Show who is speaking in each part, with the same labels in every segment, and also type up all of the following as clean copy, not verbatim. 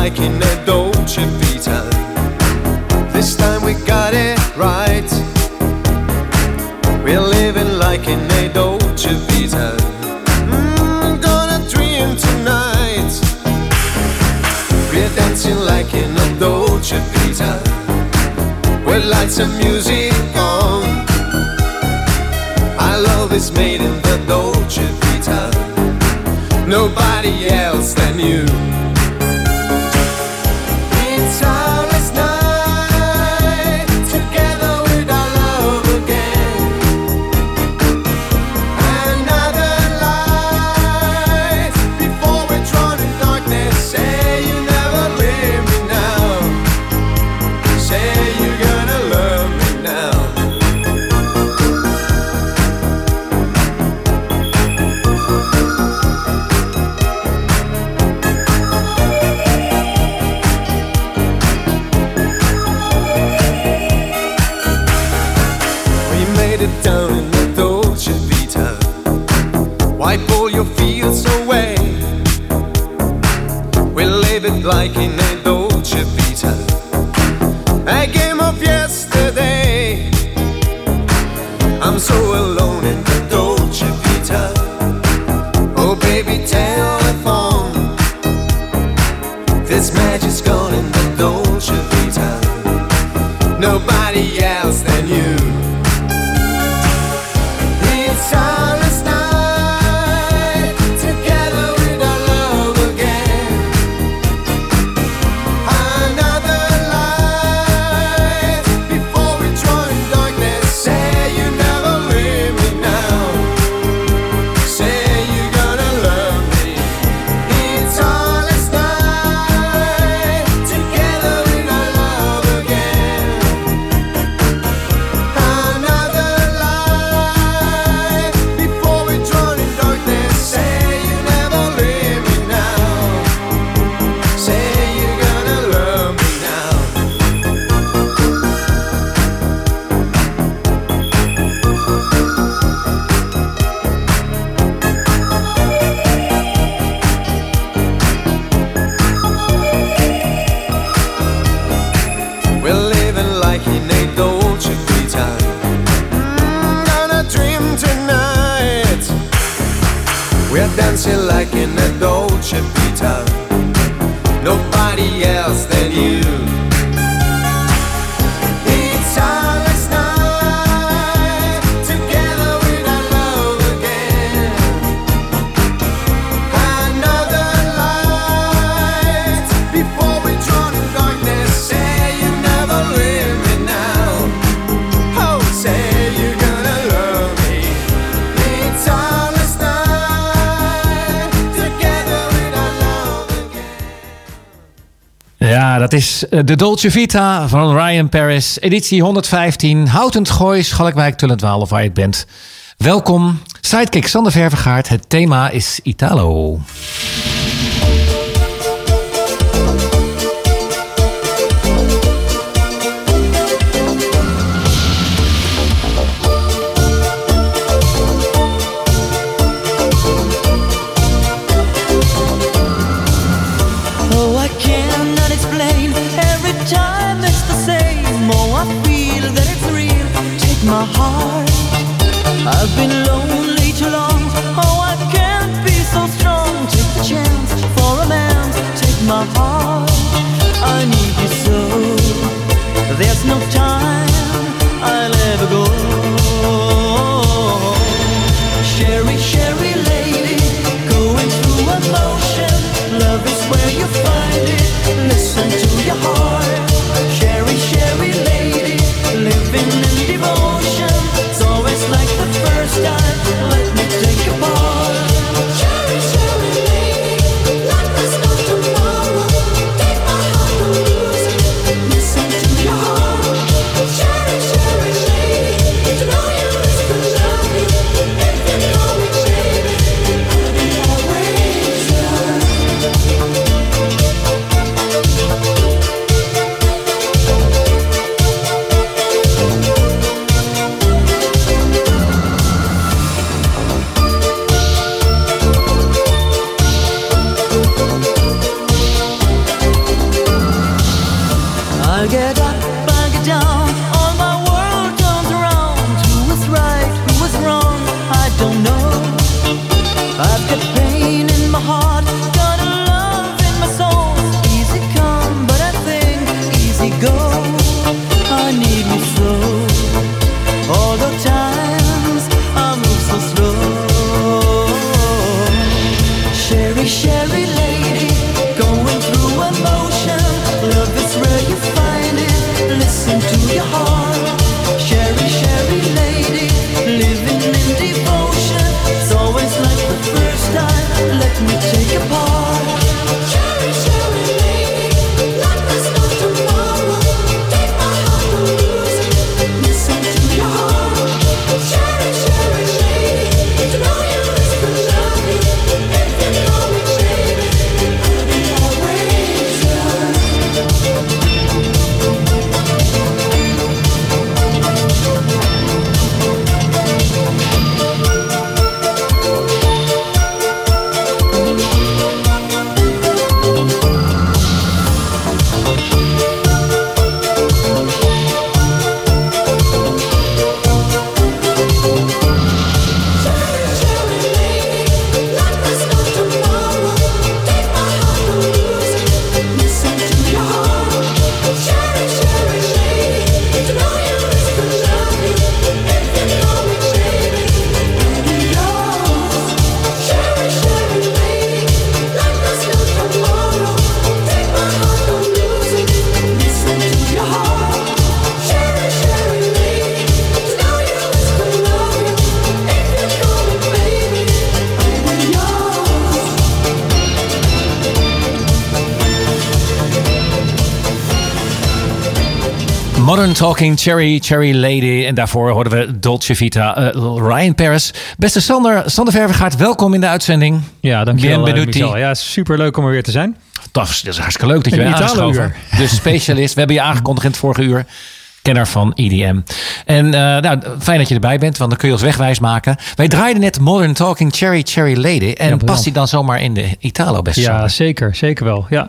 Speaker 1: like in a Dolce Vita. This time we got it right. We're living like in a Dolce Vita. Gonna dream tonight. We're dancing like in a Dolce Vita. With lights and music on. Our love is made in the Dolce Vita. Nobody else than you. It's our last night together with our love again. Another light before we're drawn in darkness. Say you never leave me now. Say you're gonna love me now. Down in the Dolce Vita. Wipe all your fears away. We'll live it like in a Dolce Vita. A game of yesterday. I'm so alone in the Dolce Vita. Oh baby, telephone. This magic's gone in the Dolce Vita. Nobody else than you. It's our last night together with our love again. Another light before we draw in darkness. Say you never leave me now. Say you're gonna love me. It's our last night together with our love again. Another light before we drown in darkness. Say you never leave me now. Say you're gonna love me now. We're living like in a Dolce Vita. Gonna dream tonight. We're dancing like in a Dolce Vita. Nobody else than you. It's our last night together with our love again. Another light before we drown in darkness. Say you never leave me now. Oh, say you're gonna love me. It's our last night together with our love again.
Speaker 2: Ja, dat is de Dolce Vita van Ryan Paris. Editie 115. Houtend Gooi, Schalkwijk, Tullendwaal of waar je het bent. Welkom. Sidekick Sander Vervegaard. Het thema is Italo.
Speaker 3: Oh, I cannot explain. Every time it's the same. Oh, I feel that it's real. Take my heart. I've been lonely too long. Oh, I can't be so strong. Take the chance for a man. Take my heart. I need you so. There's no time I'll ever go. Sherry, Sherry lady, going through emotion. Love is where you find it. Listen to your heart. Sherry, Sherry lady, living in devotion. It's always like the first time. Let me take a part. Sherry, Sherry lady, like there's no tomorrow. Take my heart and lose it. Listen to your heart. don't know. I've got pain in my heart, got a love in my soul. Easy come, but I think easy go. I need you so. All the times I move so slow. Sherry, Sherry lady, going through emotion. Love is where you find it. Listen to your heart. Sherry, Sherry lady, living in devotion. It's always like the first time. Let me take a part. Sherry, Sherry lady, like there's no tomorrow. Take my heart, don't lose it. Listen to your heart. Sherry, Sherry lady, to know you is to love me. If you know me, baby, I'll be always yours.
Speaker 2: Modern Talking, Cherry, Cherry Lady. En daarvoor hoorden we Dolce Vita, Ryan Paris. Beste Sander Vervegaard, welkom in de uitzending.
Speaker 4: Ja, dankjewel Michel. Ja, super leuk om er weer te zijn.
Speaker 2: Dat is hartstikke leuk dat je bent aangeschoven. De specialist. We hebben je aangekondigd in het vorige uur. Kenner van EDM. En fijn dat je erbij bent, want dan kun je ons wegwijs maken. Wij draaiden net Modern Talking, Cherry, Cherry Lady. En ja, past die dan zomaar in de Italo best?
Speaker 4: Ja, zeker wel. Ja.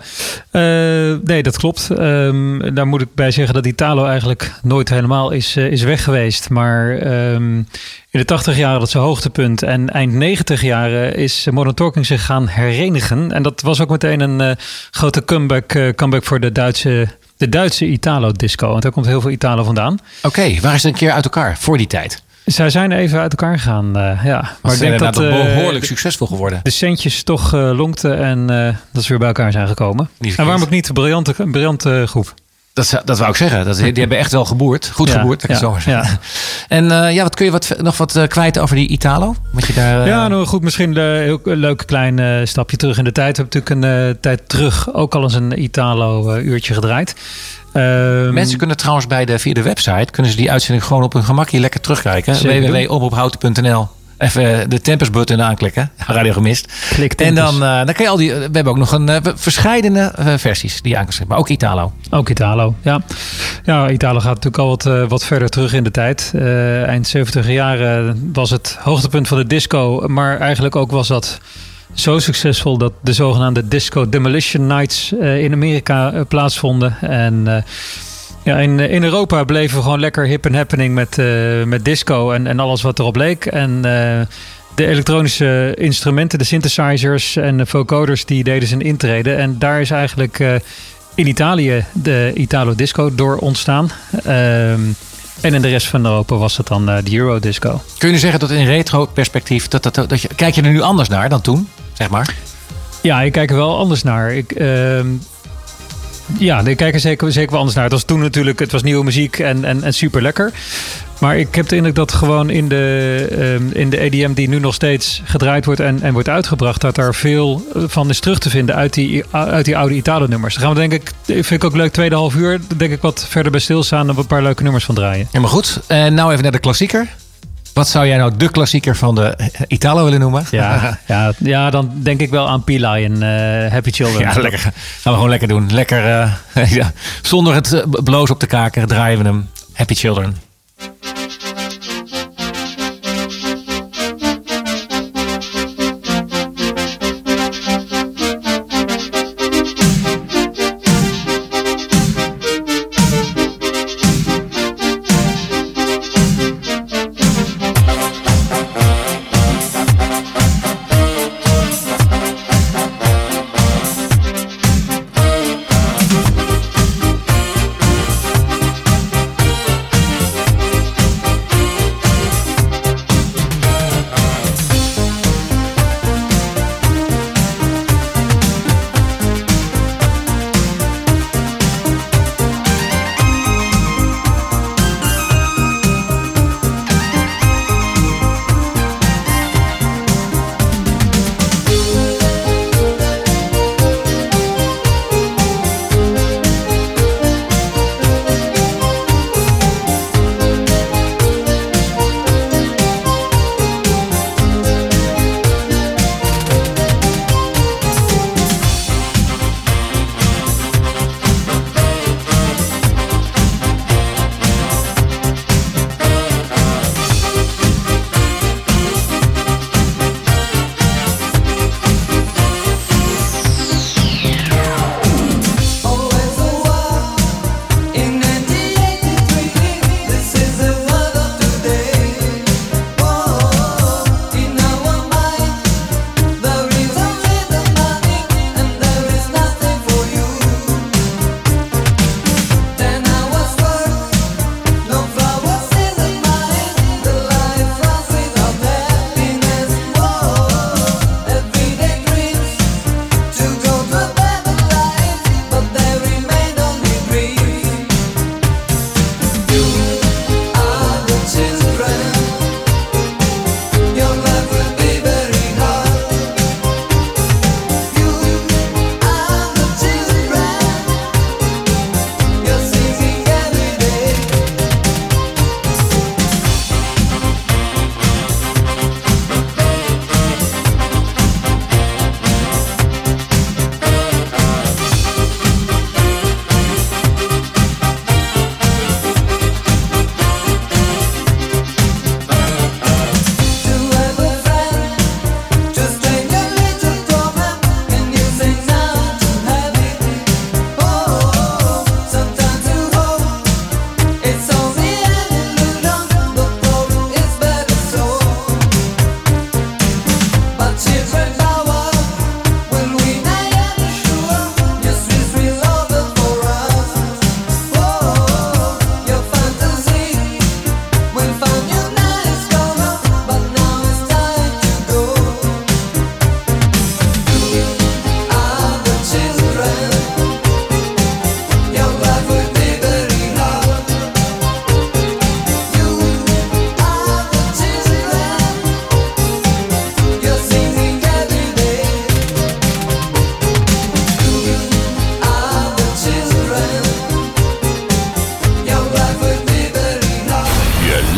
Speaker 4: Nee, dat klopt. Daar moet ik bij zeggen dat Italo eigenlijk nooit helemaal is weg geweest. Maar in de 80 jaren, dat is zijn hoogtepunt. En eind 90 jaren is Modern Talking zich gaan herenigen. En dat was ook meteen een grote comeback voor de Duitse Italo-disco. Want daar komt heel veel Italo vandaan.
Speaker 2: Oké, waar is het een keer uit elkaar voor die tijd?
Speaker 4: Zij zijn even uit elkaar gegaan, ja.
Speaker 2: Maar ik denk dat behoorlijk succesvol geworden.
Speaker 4: De centjes toch lonkten en dat ze weer bij elkaar zijn gekomen. En waarom ook niet? Een briljante groep.
Speaker 2: Dat wou ik zeggen. Die hebben echt wel geboerd. Goed geboerd. Ja. En wat kun je nog wat kwijt over die Italo? Wat je daar,
Speaker 4: Ja, nou goed. Misschien een heel leuk klein stapje terug in de tijd. We hebben natuurlijk een tijd terug ook al eens een Italo-uurtje gedraaid.
Speaker 2: Mensen kunnen trouwens via de website kunnen ze die uitzending gewoon op hun gemakje lekker terugkijken. www.omroephouten.nl. Even de Tempest-button aanklikken. Radio gemist.
Speaker 4: Klik Tempest.
Speaker 2: En dan kan je al die... We hebben ook nog verscheidene versies die je aan kan zetten. Maar ook Italo.
Speaker 4: Ook Italo, ja. Ja, Italo gaat natuurlijk al wat verder terug in de tijd. Eind 70 jaren was het hoogtepunt van de disco. Maar eigenlijk ook was dat zo succesvol dat de zogenaamde Disco Demolition Nights in Amerika plaatsvonden. En in Europa bleven we gewoon lekker hip en happening met disco en alles wat erop leek. En de elektronische instrumenten, de synthesizers en de vocoders, die deden zijn intrede. En daar is eigenlijk in Italië de Italo disco door ontstaan. En in de rest van Europa was het dan de Eurodisco.
Speaker 2: Kun je nu zeggen dat in retro perspectief, kijk je er nu anders naar dan toen, zeg maar?
Speaker 4: Ja, ik kijk er wel anders naar. Ja, ik kijk er zeker wel anders naar. Het was toen natuurlijk, het was nieuwe muziek en super lekker. Maar ik heb de indruk dat gewoon in de EDM die nu nog steeds gedraaid wordt en wordt uitgebracht, dat daar veel van is terug te vinden uit die oude Italo-nummers. Dan gaan we denk ik, vind ik ook leuk, tweede half uur, denk ik wat verder bij stilstaan en een paar leuke nummers van draaien.
Speaker 2: Ja, maar goed. En nou even naar de klassieker. Wat zou jij nou de klassieker van de Italo willen noemen?
Speaker 4: Ja, dan denk ik wel aan P-Lion, Happy Children.
Speaker 2: Ja, lekker. Gaan we gewoon lekker doen. Lekker, zonder het bloos op de kaken draaien we hem. Happy Children.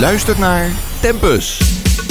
Speaker 5: luistert naar Tempus.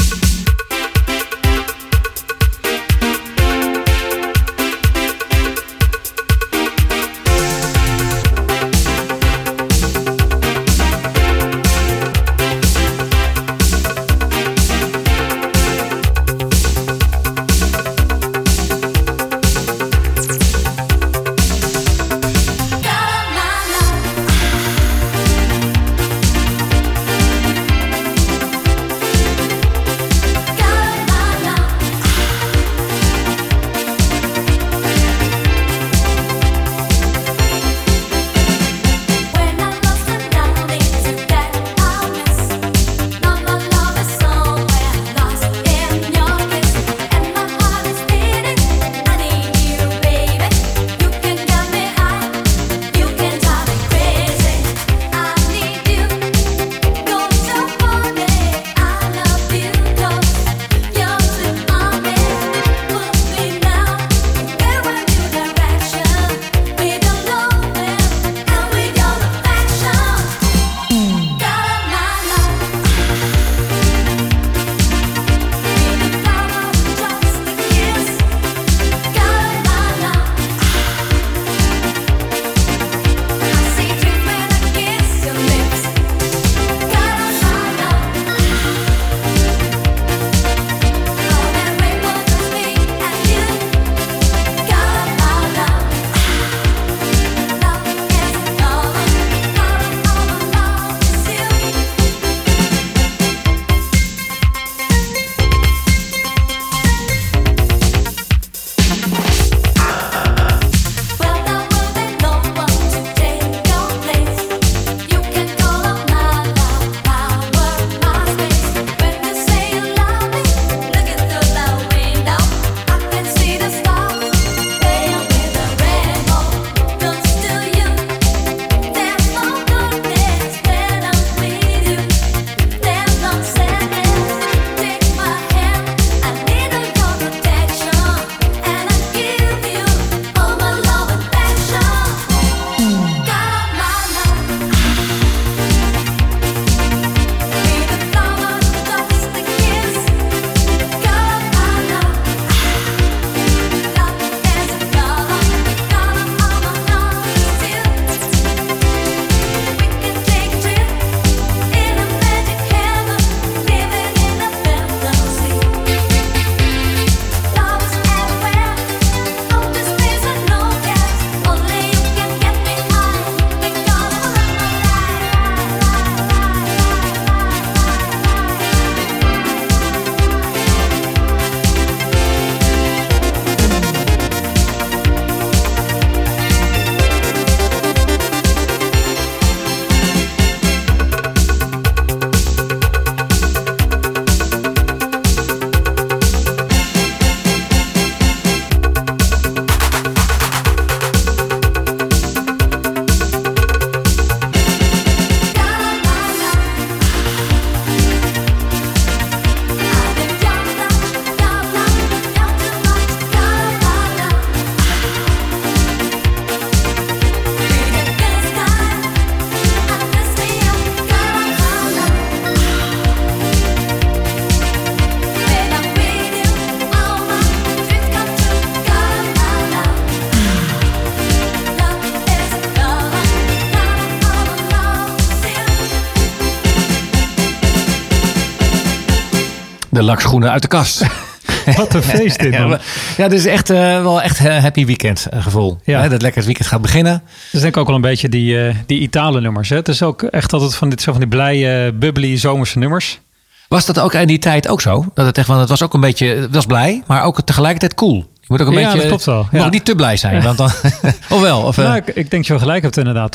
Speaker 2: De lakschoenen uit de kast.
Speaker 4: Wat een feest dit, man.
Speaker 2: Ja, dit is echt wel echt happy weekend gevoel.
Speaker 4: Ja.
Speaker 2: Hè, dat lekker het weekend gaat beginnen.
Speaker 4: Dat is denk ik ook wel een beetje die Italen nummers. Hè? Het is ook echt altijd van die blije, bubbly zomerse nummers.
Speaker 2: Was dat ook in die tijd ook zo? Dat het echt, want het was ook een beetje, het was blij, maar ook tegelijkertijd cool. Je moet ook een beetje,
Speaker 4: dat klopt wel.
Speaker 2: Je mag niet te blij zijn, want dan, of wel? Of,
Speaker 4: nou, ik denk dat je wel gelijk hebt inderdaad.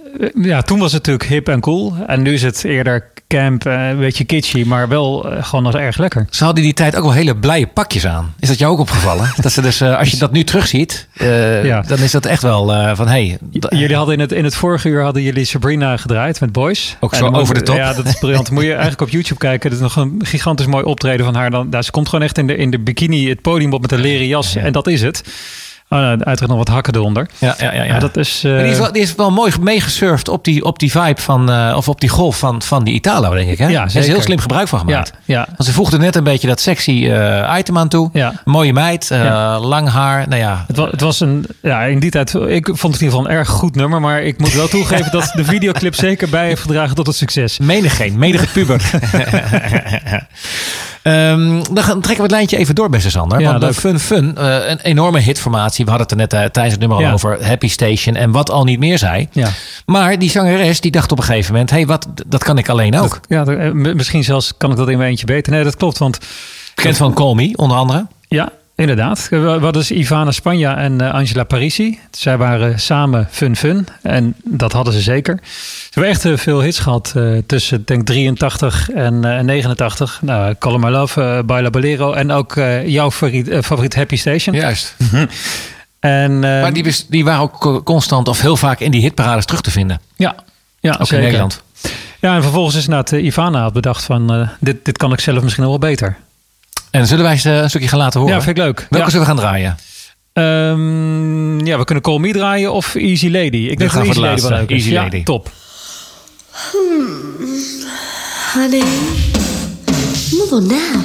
Speaker 4: Toen was het natuurlijk hip en cool. En nu is het eerder camp, een beetje kitschy, maar wel gewoon nog erg lekker.
Speaker 2: Ze hadden die tijd ook wel hele blije pakjes aan. Is dat jou ook opgevallen? Dat ze dus, als je dat nu terugziet, dan is dat echt wel van hey.
Speaker 4: Jullie hadden in het vorige uur hadden jullie Sabrina gedraaid met Boys.
Speaker 2: Ook zo over de top.
Speaker 4: Ja, dat is briljant. Moet je eigenlijk op YouTube kijken. Dat is nog een gigantisch mooi optreden van haar. Ze komt gewoon echt in de bikini het podium op met een leren jas. Ja. En dat is het. Oh, nou, uiteraard nog wat hakken eronder.
Speaker 2: Ja.
Speaker 4: Maar dat is...
Speaker 2: Maar die is wel mooi meegesurfd op die vibe van... of op die golf van die Italo, denk ik. Hè?
Speaker 4: Ja,
Speaker 2: Daar is
Speaker 4: zeker.
Speaker 2: heel slim gebruik van gemaakt.
Speaker 4: Ja.
Speaker 2: Want ze voegde net een beetje dat sexy item aan toe.
Speaker 4: Ja.
Speaker 2: Mooie meid, lang haar. Nou ja.
Speaker 4: Het was een... Ja, in die tijd... Ik vond het in ieder geval een erg goed nummer. Maar ik moet wel toegeven dat de videoclip zeker bij heeft gedragen tot het succes.
Speaker 2: Menige puber. Dan trekken we het lijntje even door, beste Sander.
Speaker 4: Ja,
Speaker 2: want Fun, een enorme hitformatie. We hadden het er net tijdens het nummer al over. Happy Station en wat al niet meer zei.
Speaker 4: Ja.
Speaker 2: Maar die zangeres die dacht op een gegeven moment... hey, dat kan ik alleen ook.
Speaker 4: Misschien zelfs kan ik dat in mijn eentje beter. Nee, dat klopt, want...
Speaker 2: Bekend van Call Me, onder andere.
Speaker 4: Ja, inderdaad. We hadden dus Ivana Spagna en Angela Parisi. Zij waren samen Fun. En dat hadden ze zeker. Ze hebben echt veel hits gehad tussen, denk 83 en 89. Nou, Call My Love, Baila Bolero en ook jouw favoriet Happy Station.
Speaker 2: Juist.
Speaker 4: Maar
Speaker 2: die waren ook constant of heel vaak in die hitparades terug te vinden.
Speaker 4: Ja,
Speaker 2: ook
Speaker 4: zeker.
Speaker 2: in Nederland.
Speaker 4: Ja, en vervolgens is inderdaad Ivana had bedacht van... dit kan ik zelf misschien nog wel beter.
Speaker 2: En zullen wij ze een stukje gaan laten horen?
Speaker 4: Ja, vind ik leuk.
Speaker 2: Welke zullen we gaan draaien?
Speaker 4: We kunnen Call Me draaien of Easy Lady. Ik denk dat Easy Lady wel leuk is.
Speaker 2: Easy Lady.
Speaker 4: Ja, top.
Speaker 6: Honey, move on now.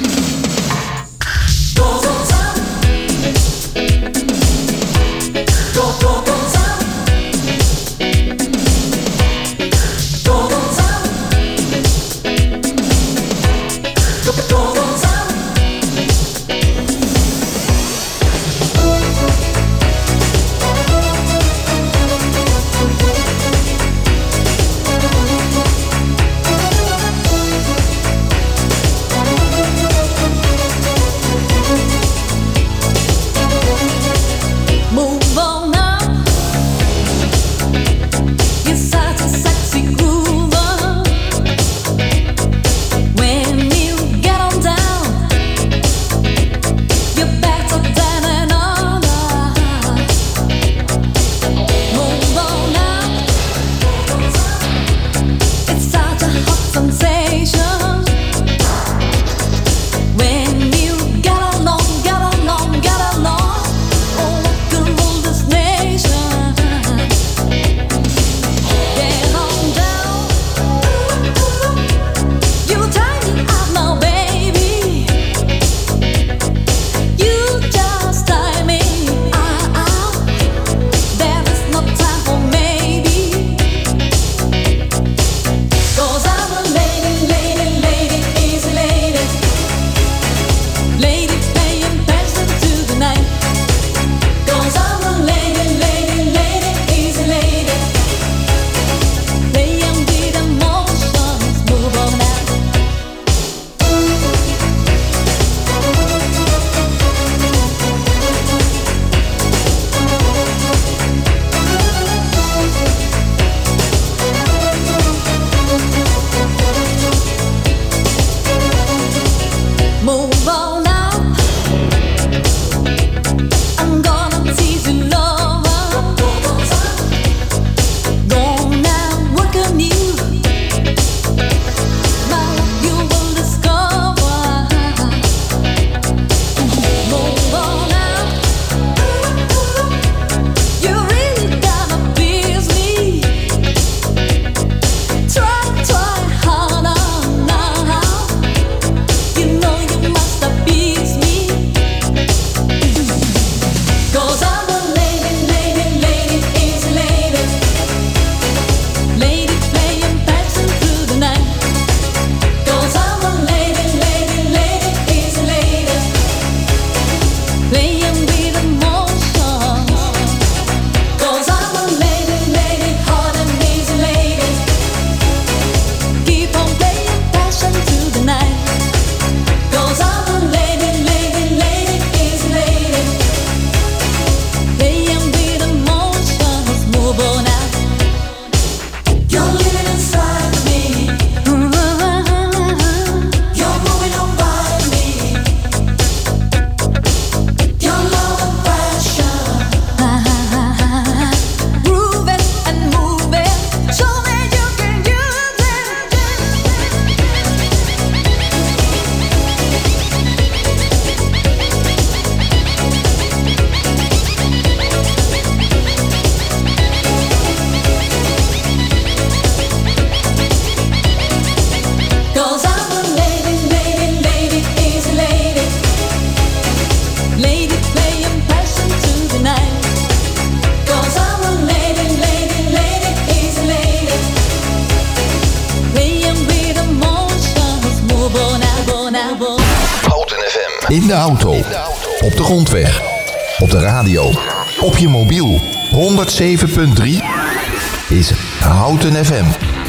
Speaker 5: In de auto, op de grondweg, op de radio, op je mobiel. 107.3 is Houten FM.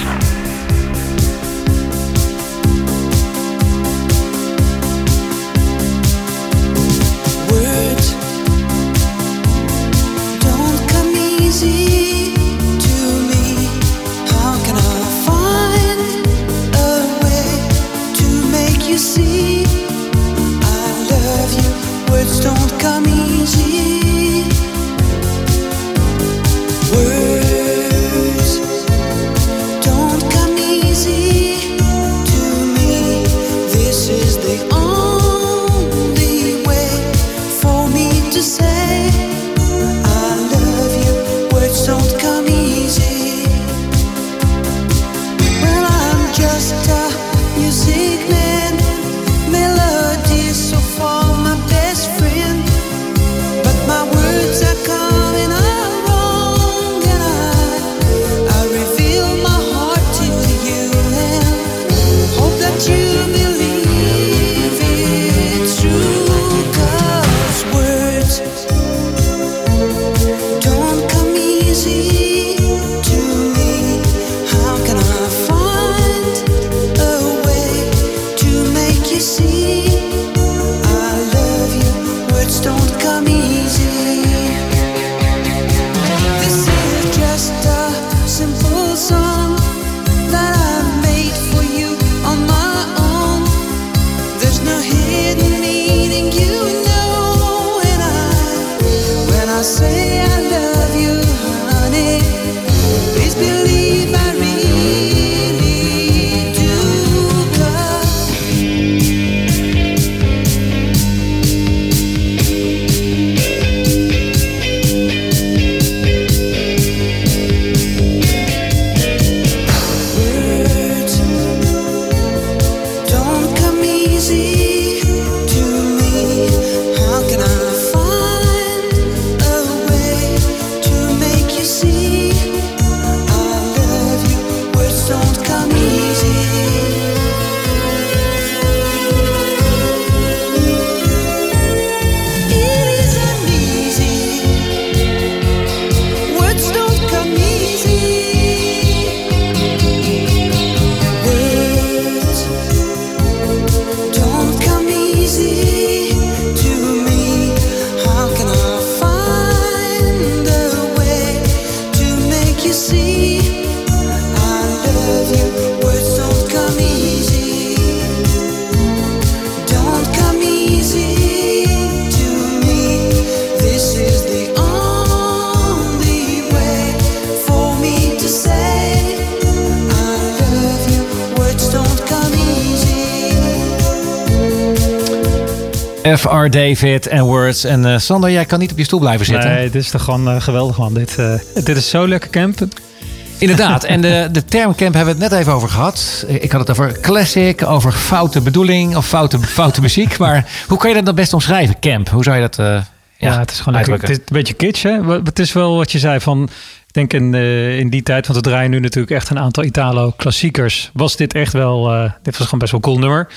Speaker 2: F.R. David en Words. En Sander, jij kan niet op je stoel blijven zitten.
Speaker 4: Nee, dit is toch gewoon geweldig, man. Dit is zo lekker camp.
Speaker 2: Inderdaad. En de term camp hebben we het net even over gehad. Ik had het over classic, over foute bedoeling of foute muziek. Maar hoe kan je dat dan best omschrijven, camp? Hoe zou je dat
Speaker 4: ja, het is gewoon lekker. Het is een beetje kitsch, hè? Het is wel wat je zei van... Ik denk in die tijd, want we draaien nu natuurlijk echt een aantal Italo-klassiekers. Was dit echt wel... dit was gewoon best wel een cool nummer.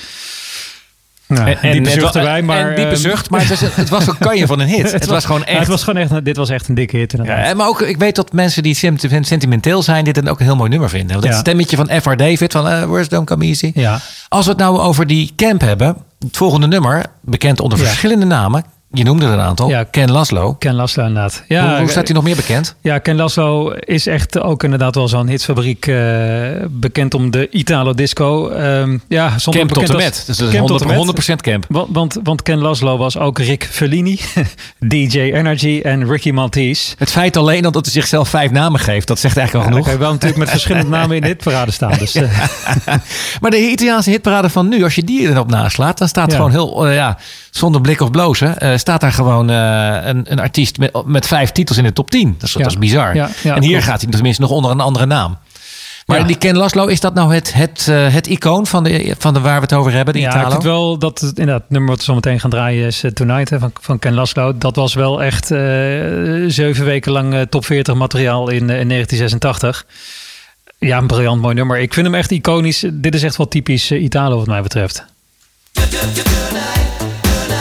Speaker 4: Nou, en diepe zucht erbij, maar...
Speaker 2: En diepe zucht, maar het was een kanje van een hit. Het was gewoon echt...
Speaker 4: Ja, het was gewoon echt, dit was echt een dikke hit.
Speaker 2: Ja, maar ook, ik weet dat mensen die sentimenteel zijn... dit dan ook een heel mooi nummer vinden. Dat stemmetje van F.R. David, van Words Don't Come Easy. Ja. Als we het nou over die camp hebben... het volgende nummer, bekend onder verschillende namen... Je noemde er een aantal. Ja,
Speaker 4: Ken Laszlo. Ken Laszlo, inderdaad.
Speaker 2: Ja, hoe staat hij nog meer bekend?
Speaker 4: Ja, Ken Laszlo is echt ook inderdaad wel zo'n hitsfabriek. Bekend om de Italo disco.
Speaker 2: Ja, camp tot en met. Dus 100% camp.
Speaker 4: Want Ken Laszlo was ook Rick Fellini, DJ Energy en Ricky Maltese.
Speaker 2: Het feit alleen dat hij zichzelf 5 namen geeft, dat zegt eigenlijk al genoeg.
Speaker 4: Hij wel natuurlijk met verschillende namen in de hitparade staan. Dus,
Speaker 2: Maar de Italiaanse hitparade van nu, als je die erop naslaat, dan staat gewoon heel, zonder blik of blozen... staat daar gewoon een artiest met 5 titels in de top 10. Dat is bizar. Ja, en hier gaat hij tenminste nog onder een andere naam. Maar die Ken Laszlo, is dat nou het icoon van de waar we het over hebben, de Italo?
Speaker 4: Ja, ik vind wel dat inderdaad, het nummer wat we zo meteen gaan draaien is Tonight van Ken Laszlo. Dat was wel echt 7 weken lang top 40 materiaal in 1986. Ja, een briljant mooi nummer. Ik vind hem echt iconisch. Dit is echt wel typisch Italo wat mij betreft.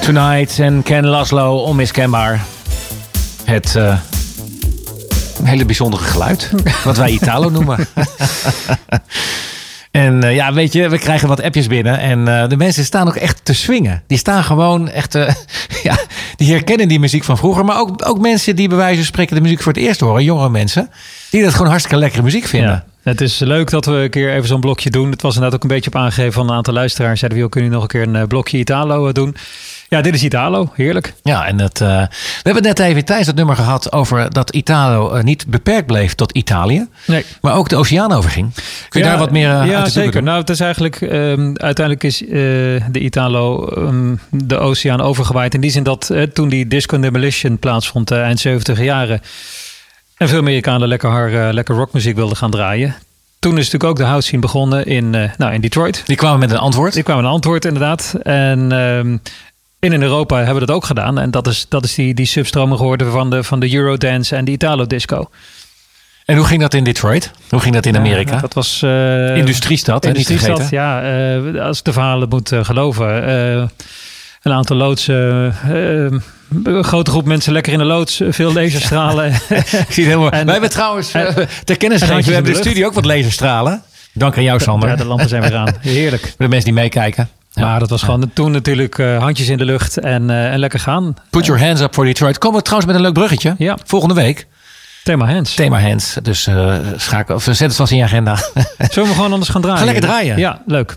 Speaker 2: Tonight en Ken Laszlo, onmiskenbaar. Het hele bijzondere geluid, wat wij Italo noemen. En ja, weet je, we krijgen wat appjes binnen en de mensen staan ook echt te swingen. Die staan gewoon echt, ja, die herkennen die muziek van vroeger. Maar ook mensen die bij wijze van spreken de muziek voor het eerst horen, jongere mensen, die dat gewoon hartstikke lekkere muziek vinden.
Speaker 4: Ja. Het is leuk dat we een keer even zo'n blokje doen. Het was inderdaad ook een beetje op aangegeven van een aantal luisteraars. Zeiden we, kunnen nog een keer een blokje Italo doen. Ja, dit is Italo. Heerlijk.
Speaker 2: Ja, en we hebben het net even tijdens het nummer gehad over dat Italo niet beperkt bleef tot Italië.
Speaker 4: Nee.
Speaker 2: Maar ook de oceaan overging. Kun je daar wat meer
Speaker 4: ja,
Speaker 2: uit
Speaker 4: zeker.
Speaker 2: doen?
Speaker 4: Nou, het is eigenlijk uiteindelijk is de Italo de oceaan overgewaaid. In die zin dat toen die Disco Demolition plaatsvond eind 70 jaren. En veel Amerikanen lekker rockmuziek wilden gaan draaien. Toen is natuurlijk ook de house scene begonnen in Detroit.
Speaker 2: Die kwamen met een antwoord.
Speaker 4: Inderdaad. En in Europa hebben we dat ook gedaan. En dat is die substroom geworden van de Eurodance en de Italo disco.
Speaker 2: En hoe ging dat in Detroit? Hoe ging dat in Amerika?
Speaker 4: Ja, dat was
Speaker 2: Industriestad, niet vergeten.
Speaker 4: Ja, als ik de verhalen moet geloven. Een aantal loodsen, een grote groep mensen lekker in de loods, veel laserstralen.
Speaker 2: Ik zie het helemaal. Wij hebben trouwens, ter kennis we hebben in de studio ook wat laserstralen. Dank aan jou, Sander.
Speaker 4: Ja, de lampen zijn weer aan. Heerlijk.
Speaker 2: Voor de mensen die meekijken. Ja.
Speaker 4: Maar dat was gewoon toen natuurlijk handjes in de lucht en lekker gaan.
Speaker 2: Put your hands up for Detroit. Komen we trouwens met een leuk bruggetje.
Speaker 4: Ja.
Speaker 2: Volgende week.
Speaker 4: Thema hands.
Speaker 2: Dus zet het vast in je agenda.
Speaker 4: Zullen we gewoon anders gaan draaien?
Speaker 2: Ga lekker draaien.
Speaker 4: Ja, leuk.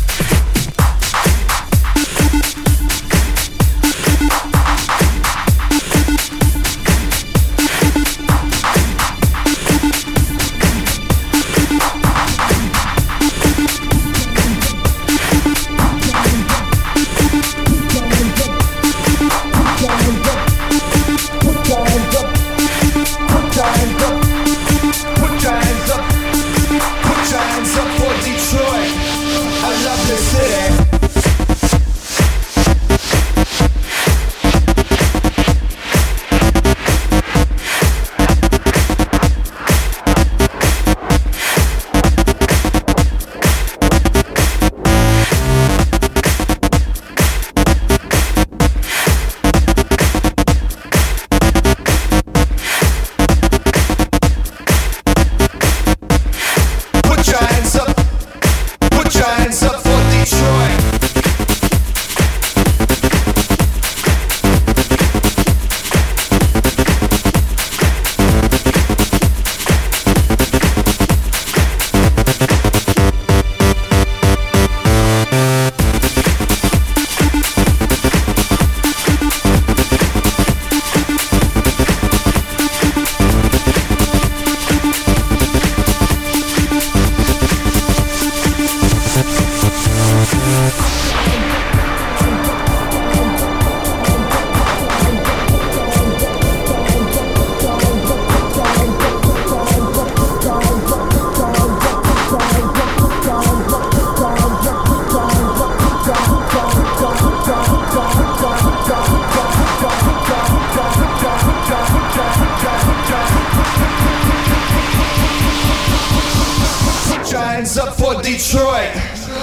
Speaker 1: Detroit,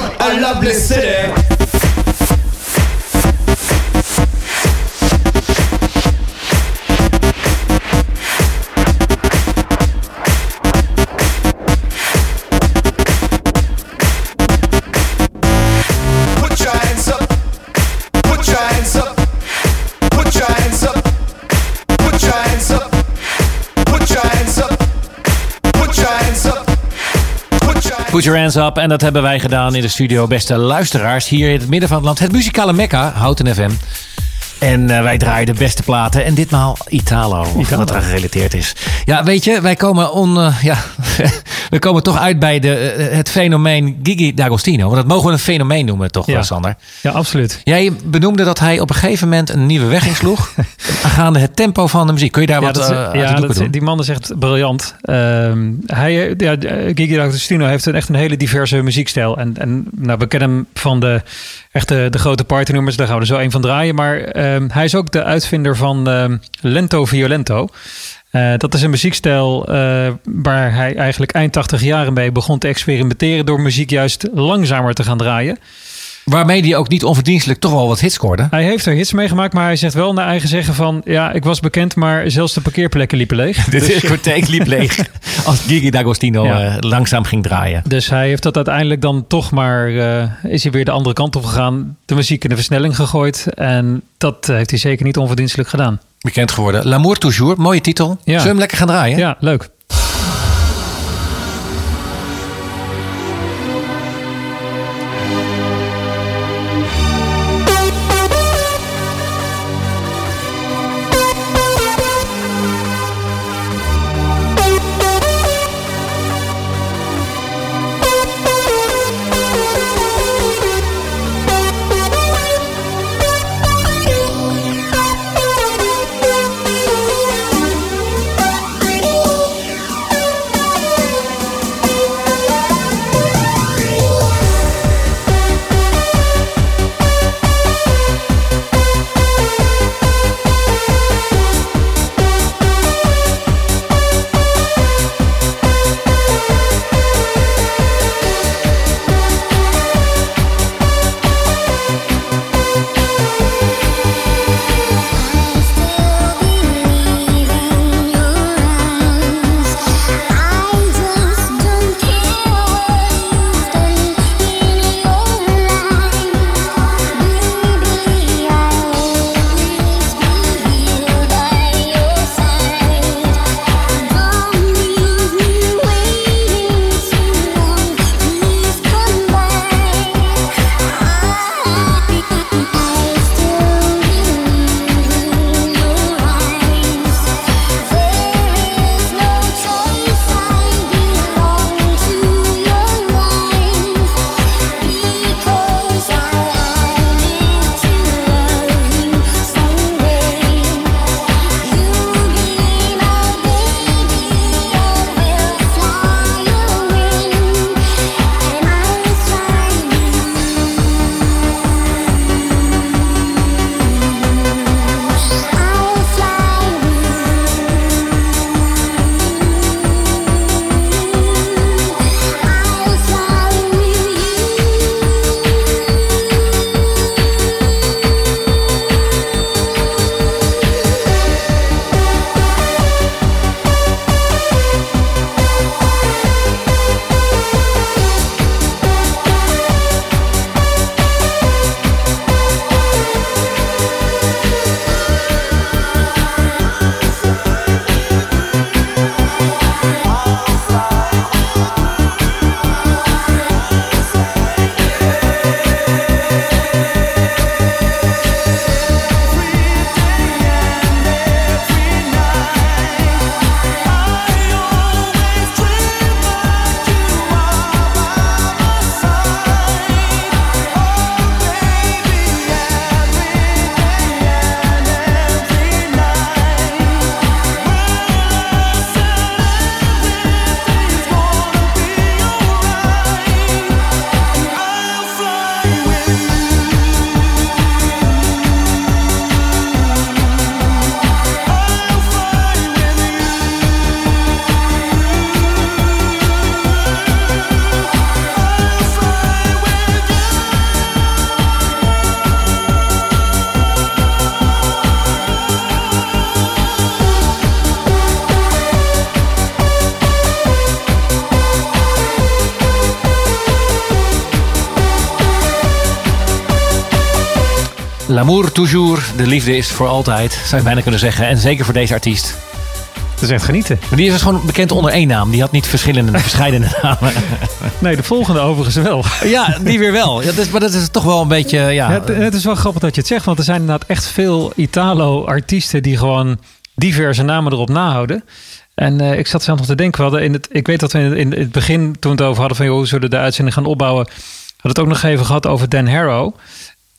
Speaker 1: a lovely city. Put your hands up, put your hands up, put your hands up, put your hands up, put your hands up, put your hands up.
Speaker 2: Put your hands up. En dat hebben wij gedaan in de studio. Beste luisteraars, hier in het midden van het land. Het muzikale Mekka, Houten FM. En wij draaien de beste platen. En ditmaal Italo. Wat eraan gerelateerd is. Ja, weet je, wij komen we komen toch uit bij het fenomeen Gigi D'Agostino. Want dat mogen we een fenomeen noemen, toch, Sander?
Speaker 4: Ja, absoluut.
Speaker 2: Jij benoemde dat hij op een gegeven moment een nieuwe weg insloeg. Aangaande het tempo van de muziek. Kun je daar wat uit de doeken doen? Die
Speaker 4: man is echt briljant. Gigi D'Agostino heeft echt een hele diverse muziekstijl. En we kennen hem van de grote partynummers. Daar gaan we er zo een van draaien. Maar hij is ook de uitvinder van Lento Violento. Dat is een muziekstijl waar hij eigenlijk eind 80 jaren mee begon te experimenteren door muziek juist langzamer te gaan draaien.
Speaker 2: Waarmee hij ook niet onverdienstelijk toch wel wat hits scoorde.
Speaker 4: Hij heeft er hits meegemaakt, maar hij zegt wel naar eigen zeggen van... ja, ik was bekend, maar zelfs de parkeerplekken liepen leeg.
Speaker 2: De discotheek liep leeg als Gigi D'Agostino langzaam ging draaien.
Speaker 4: Dus hij heeft dat uiteindelijk dan toch maar... is hij weer de andere kant op gegaan. De muziek in de versnelling gegooid. En dat heeft hij zeker niet onverdienstelijk gedaan.
Speaker 2: Bekend geworden. L'amour toujours, mooie titel.
Speaker 4: Ja.
Speaker 2: Zullen we hem lekker gaan draaien?
Speaker 4: Ja, leuk.
Speaker 2: L'amour toujours, de liefde is voor altijd, zou je bijna kunnen zeggen. En zeker voor deze artiest.
Speaker 4: Dat is echt genieten.
Speaker 2: Maar die is dus gewoon bekend onder één naam. Die had niet verschillende namen.
Speaker 4: Nee, de volgende overigens wel.
Speaker 2: Ja, die weer wel. Ja, maar dat is toch wel een beetje... Ja.
Speaker 4: Het is wel grappig dat je het zegt. Want er zijn inderdaad echt veel Italo-artiesten die gewoon diverse namen erop nahouden. En ik zat zelf nog te denken. Ik weet dat we in het begin, toen we het over hadden van... Joh, hoe zullen we de uitzending gaan opbouwen... hadden het ook nog even gehad over Dan Harrow.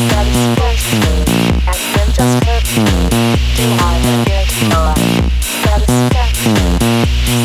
Speaker 7: satisfaction, and then just hurt me. Do I get my satisfaction?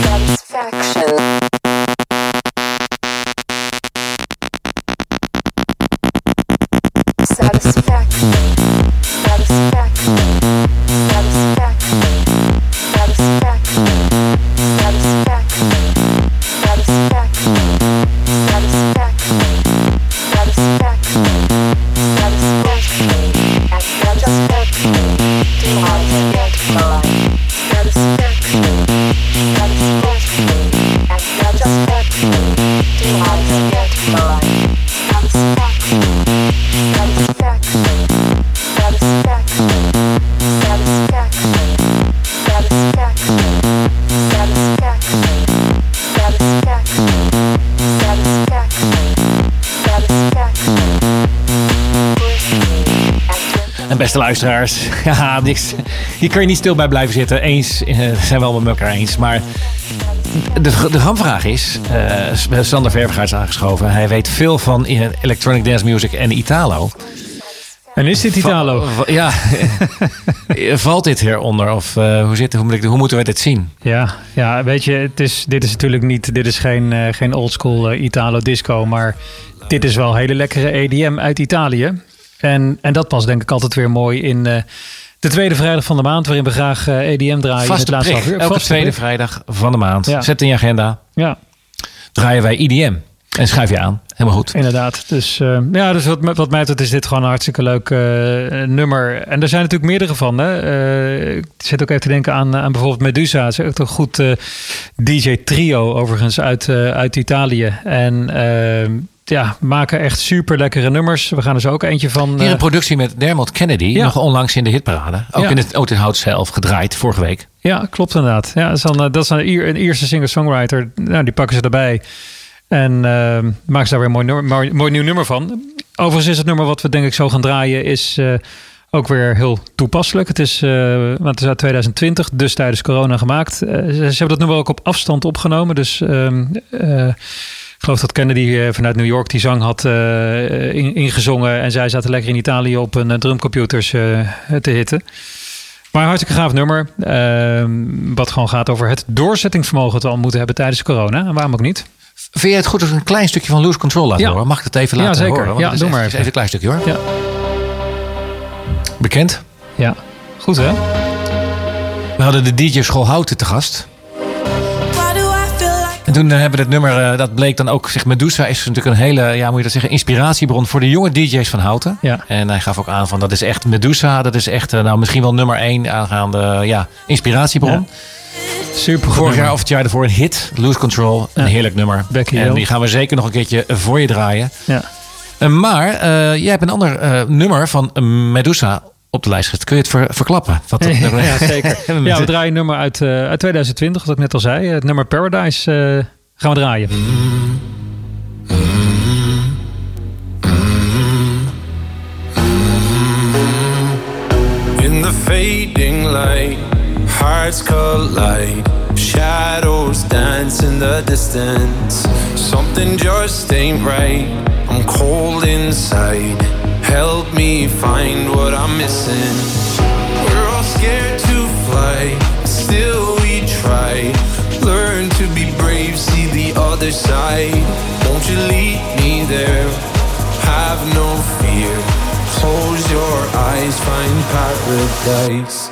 Speaker 2: beste luisteraars. Ja, niks. Hier kan je niet stil bij blijven zitten. Eens zijn we wel met elkaar eens. Maar de hamvraag is... Sander Vervegaard is aangeschoven. Hij weet veel van electronic dance music en Italo.
Speaker 4: En is dit Italo?
Speaker 2: Ja. Valt dit hieronder? Of hoe moeten we dit zien?
Speaker 4: Ja, weet je, dit is natuurlijk niet... Dit is geen oldschool Italo disco. Maar dit is wel hele lekkere EDM uit Italië. En dat past denk ik altijd weer mooi in de tweede vrijdag van de maand... waarin we graag EDM draaien.
Speaker 2: Vaste
Speaker 4: in het
Speaker 2: prik. Elke tweede vrijdag van de maand.
Speaker 4: Ja.
Speaker 2: Zet in je agenda.
Speaker 4: Ja.
Speaker 2: Draaien wij EDM. En schrijf je aan. Helemaal goed.
Speaker 4: Inderdaad. Dus, dus wat mij betreft is dit gewoon een hartstikke leuk nummer. En er zijn natuurlijk meerdere van. Hè? Ik zit ook even te denken aan bijvoorbeeld Medusa. Het is echt een goed DJ-trio overigens uit Italië. En... maken echt super lekkere nummers. We gaan er zo ook eentje van...
Speaker 2: Hier een productie met Dermot Kennedy. Nog onlangs in de hitparade. Ook in het Oud zelf gedraaid, vorige week.
Speaker 4: Ja, klopt inderdaad. Ja, dat is een Ierse singer-songwriter. Nou, die pakken ze erbij. En maken ze daar weer een mooi nieuw nummer van. Overigens is het nummer wat we denk ik zo gaan draaien... is ook weer heel toepasselijk. Het is uit 2020, dus tijdens corona gemaakt. Ze hebben dat nummer ook op afstand opgenomen. Dus... ik geloof dat Kennedy vanuit New York die zang had ingezongen. En zij zaten lekker in Italië op een drumcomputers te hitten. Maar een hartstikke gaaf nummer. Wat gewoon gaat over het doorzettingsvermogen dat we al moeten hebben tijdens corona. En waarom ook niet?
Speaker 2: Vind je het goed als een klein stukje van Lose Control laten horen? Mag ik het even laten horen? Want
Speaker 4: Ja, doe maar
Speaker 2: even een klein stukje hoor.
Speaker 4: Ja.
Speaker 2: Bekend?
Speaker 4: Ja, goed hè?
Speaker 2: We hadden de DJ School Houten te gast. En toen hebben we het nummer, dat bleek dan ook, Medusa is natuurlijk een hele, inspiratiebron voor de jonge DJ's van Houten.
Speaker 4: Ja.
Speaker 2: En hij gaf ook aan van, dat is echt Medusa, dat is echt, misschien wel nummer 1 aangaande, inspiratiebron. Ja.
Speaker 4: Super.
Speaker 2: Vorig jaar of het jaar ervoor een hit, Lose Control, een heerlijk nummer.
Speaker 4: Becky
Speaker 2: en
Speaker 4: Hill.
Speaker 2: die gaan we zeker nog een keertje voor je draaien.
Speaker 4: Ja.
Speaker 2: Maar jij hebt een ander nummer van Medusa op de lijst gezet. Kun je het verklappen?
Speaker 4: Ja, zeker. Ja, we draaien een nummer uit 2020, wat ik net al zei. Het nummer Paradise gaan we draaien.
Speaker 1: In the fading light, hearts collide. Shadows dance in the distance. Something just ain't right. I'm cold inside. Help me find what I'm missing. We're all scared to fly, still we try. Learn to be brave, see the other side. Won't you lead me there? Have no fear. Close your eyes, find paradise.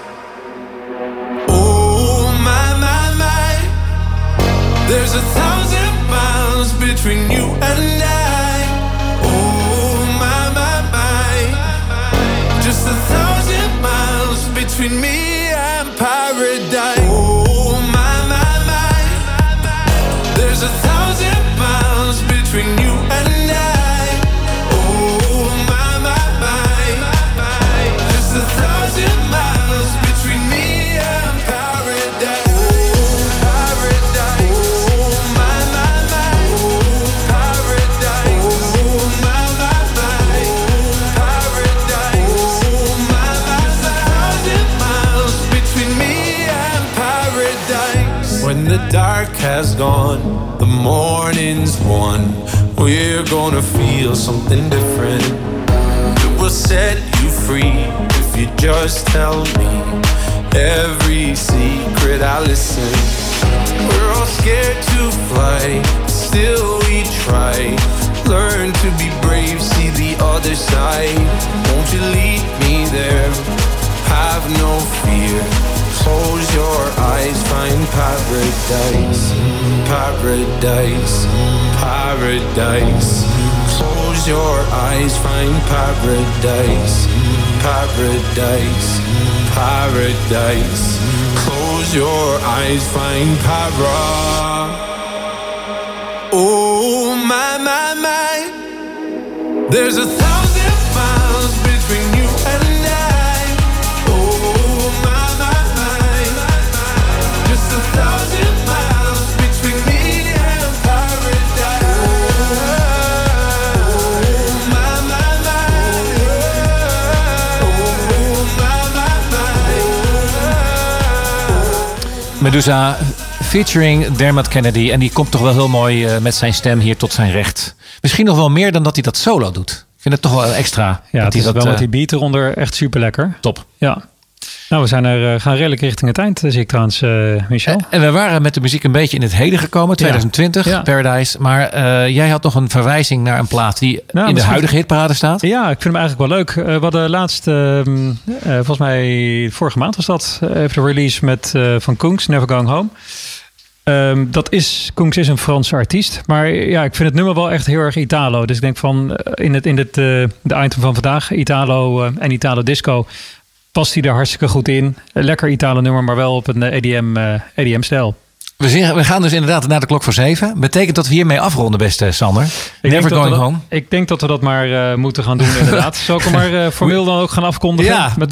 Speaker 1: Oh my, my, my. There's 1,000 miles between you and I. Oh my, my, my. Just 1,000 miles between me and paradise. Oh my, my, my. There's 1,000 miles between you and I. Oh my, my, my. Just 1,000 miles between me and paradise. Oh, paradise. Oh my, my, my. Oh, paradise. Oh my, my, my. Oh, paradise. Oh my, my, my. 1,000 miles between me and paradise. When the dark has gone, the morning's won. We're gonna feel something different. It will set you free if you just tell me every secret. I listen. We're all scared to fly, still we try. Learn to be brave, see the other side. Won't you lead me there? Have no fear. Close your eyes, find paradise. Paradise, paradise. Close your eyes, find paradise. Paradise, paradise. Close your eyes, find paradise. Oh my, my, my. There's 1,000 miles between you and I. Oh my, my, my. Just 1,000 miles between me and paradise. Oh my, my, my. Oh
Speaker 2: Medusa featuring Dermot Kennedy. En die komt toch wel heel mooi met zijn stem hier tot zijn recht. Misschien nog wel meer dan dat hij dat solo doet. Ik vind het toch wel extra.
Speaker 4: Ja, het is
Speaker 2: dat,
Speaker 4: wel met die beat eronder echt super lekker.
Speaker 2: Top.
Speaker 4: Ja. Nou, we zijn gaan redelijk richting het eind, zie ik trouwens, Michel.
Speaker 2: En we waren met de muziek een beetje in het heden gekomen, 2020,
Speaker 4: Ja.
Speaker 2: Paradise. Maar jij had nog een verwijzing naar een plaat die in de huidige hitparade staat.
Speaker 4: Ja, ik vind hem eigenlijk wel leuk. We hadden laatst, volgens mij vorige maand was dat, even de release van Kungs, Never Going Home. Kungs is een Franse artiest. Maar ja, ik vind het nummer wel echt heel erg Italo. Dus ik denk van, de item van vandaag, Italo en Italo Disco, past hij er hartstikke goed in. Een lekker Italo nummer, maar wel op een EDM-stijl.
Speaker 2: We gaan dus inderdaad naar de klok voor 7. Betekent dat we hiermee afronden, beste Sander? Never Going Home.
Speaker 4: Ik denk dat we dat maar moeten gaan doen, inderdaad. Zal ik hem maar formeel dan ook gaan afkondigen?
Speaker 2: Ja,
Speaker 4: met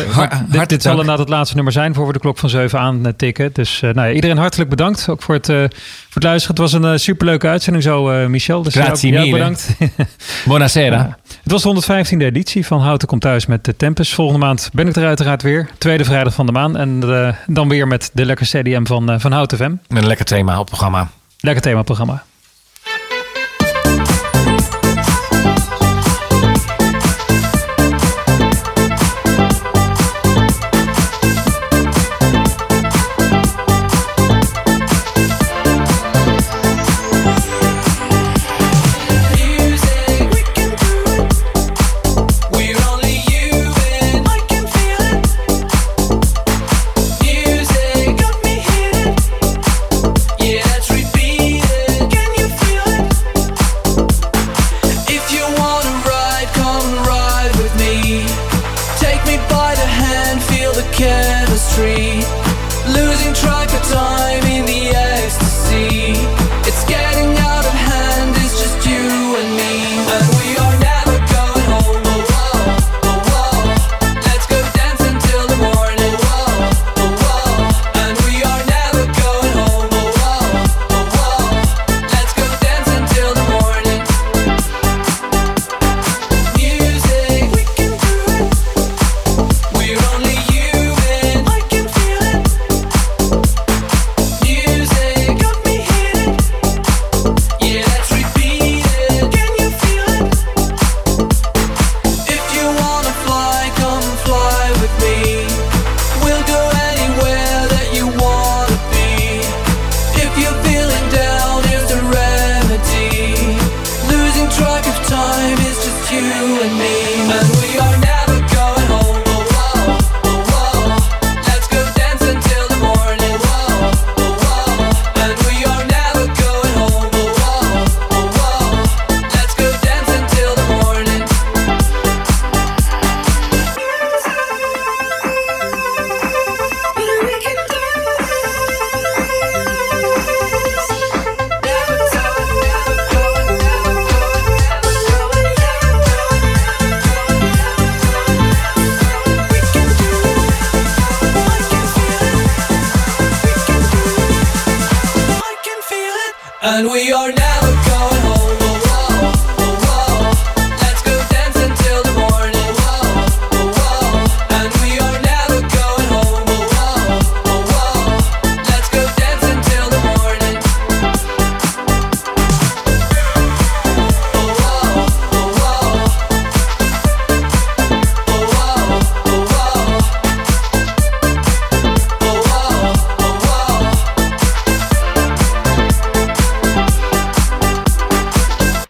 Speaker 4: dit zal inderdaad het laatste nummer zijn voor we de klok van 7 aan tikken. Dus iedereen hartelijk bedankt. Ook voor het luisteren. Het was een superleuke uitzending zo, Michel. Dus
Speaker 2: grazie mille.
Speaker 4: Bedankt.
Speaker 2: Buonasera.
Speaker 4: Het was de 115e editie van Houten komt thuis met de Tempest. Volgende maand ben ik er uiteraard weer. Tweede vrijdag van de maand. En dan weer met de lekker CDM van Houten FM.
Speaker 2: Met een lekker thema op het programma.
Speaker 4: Lekker thema op het programma.
Speaker 3: And we are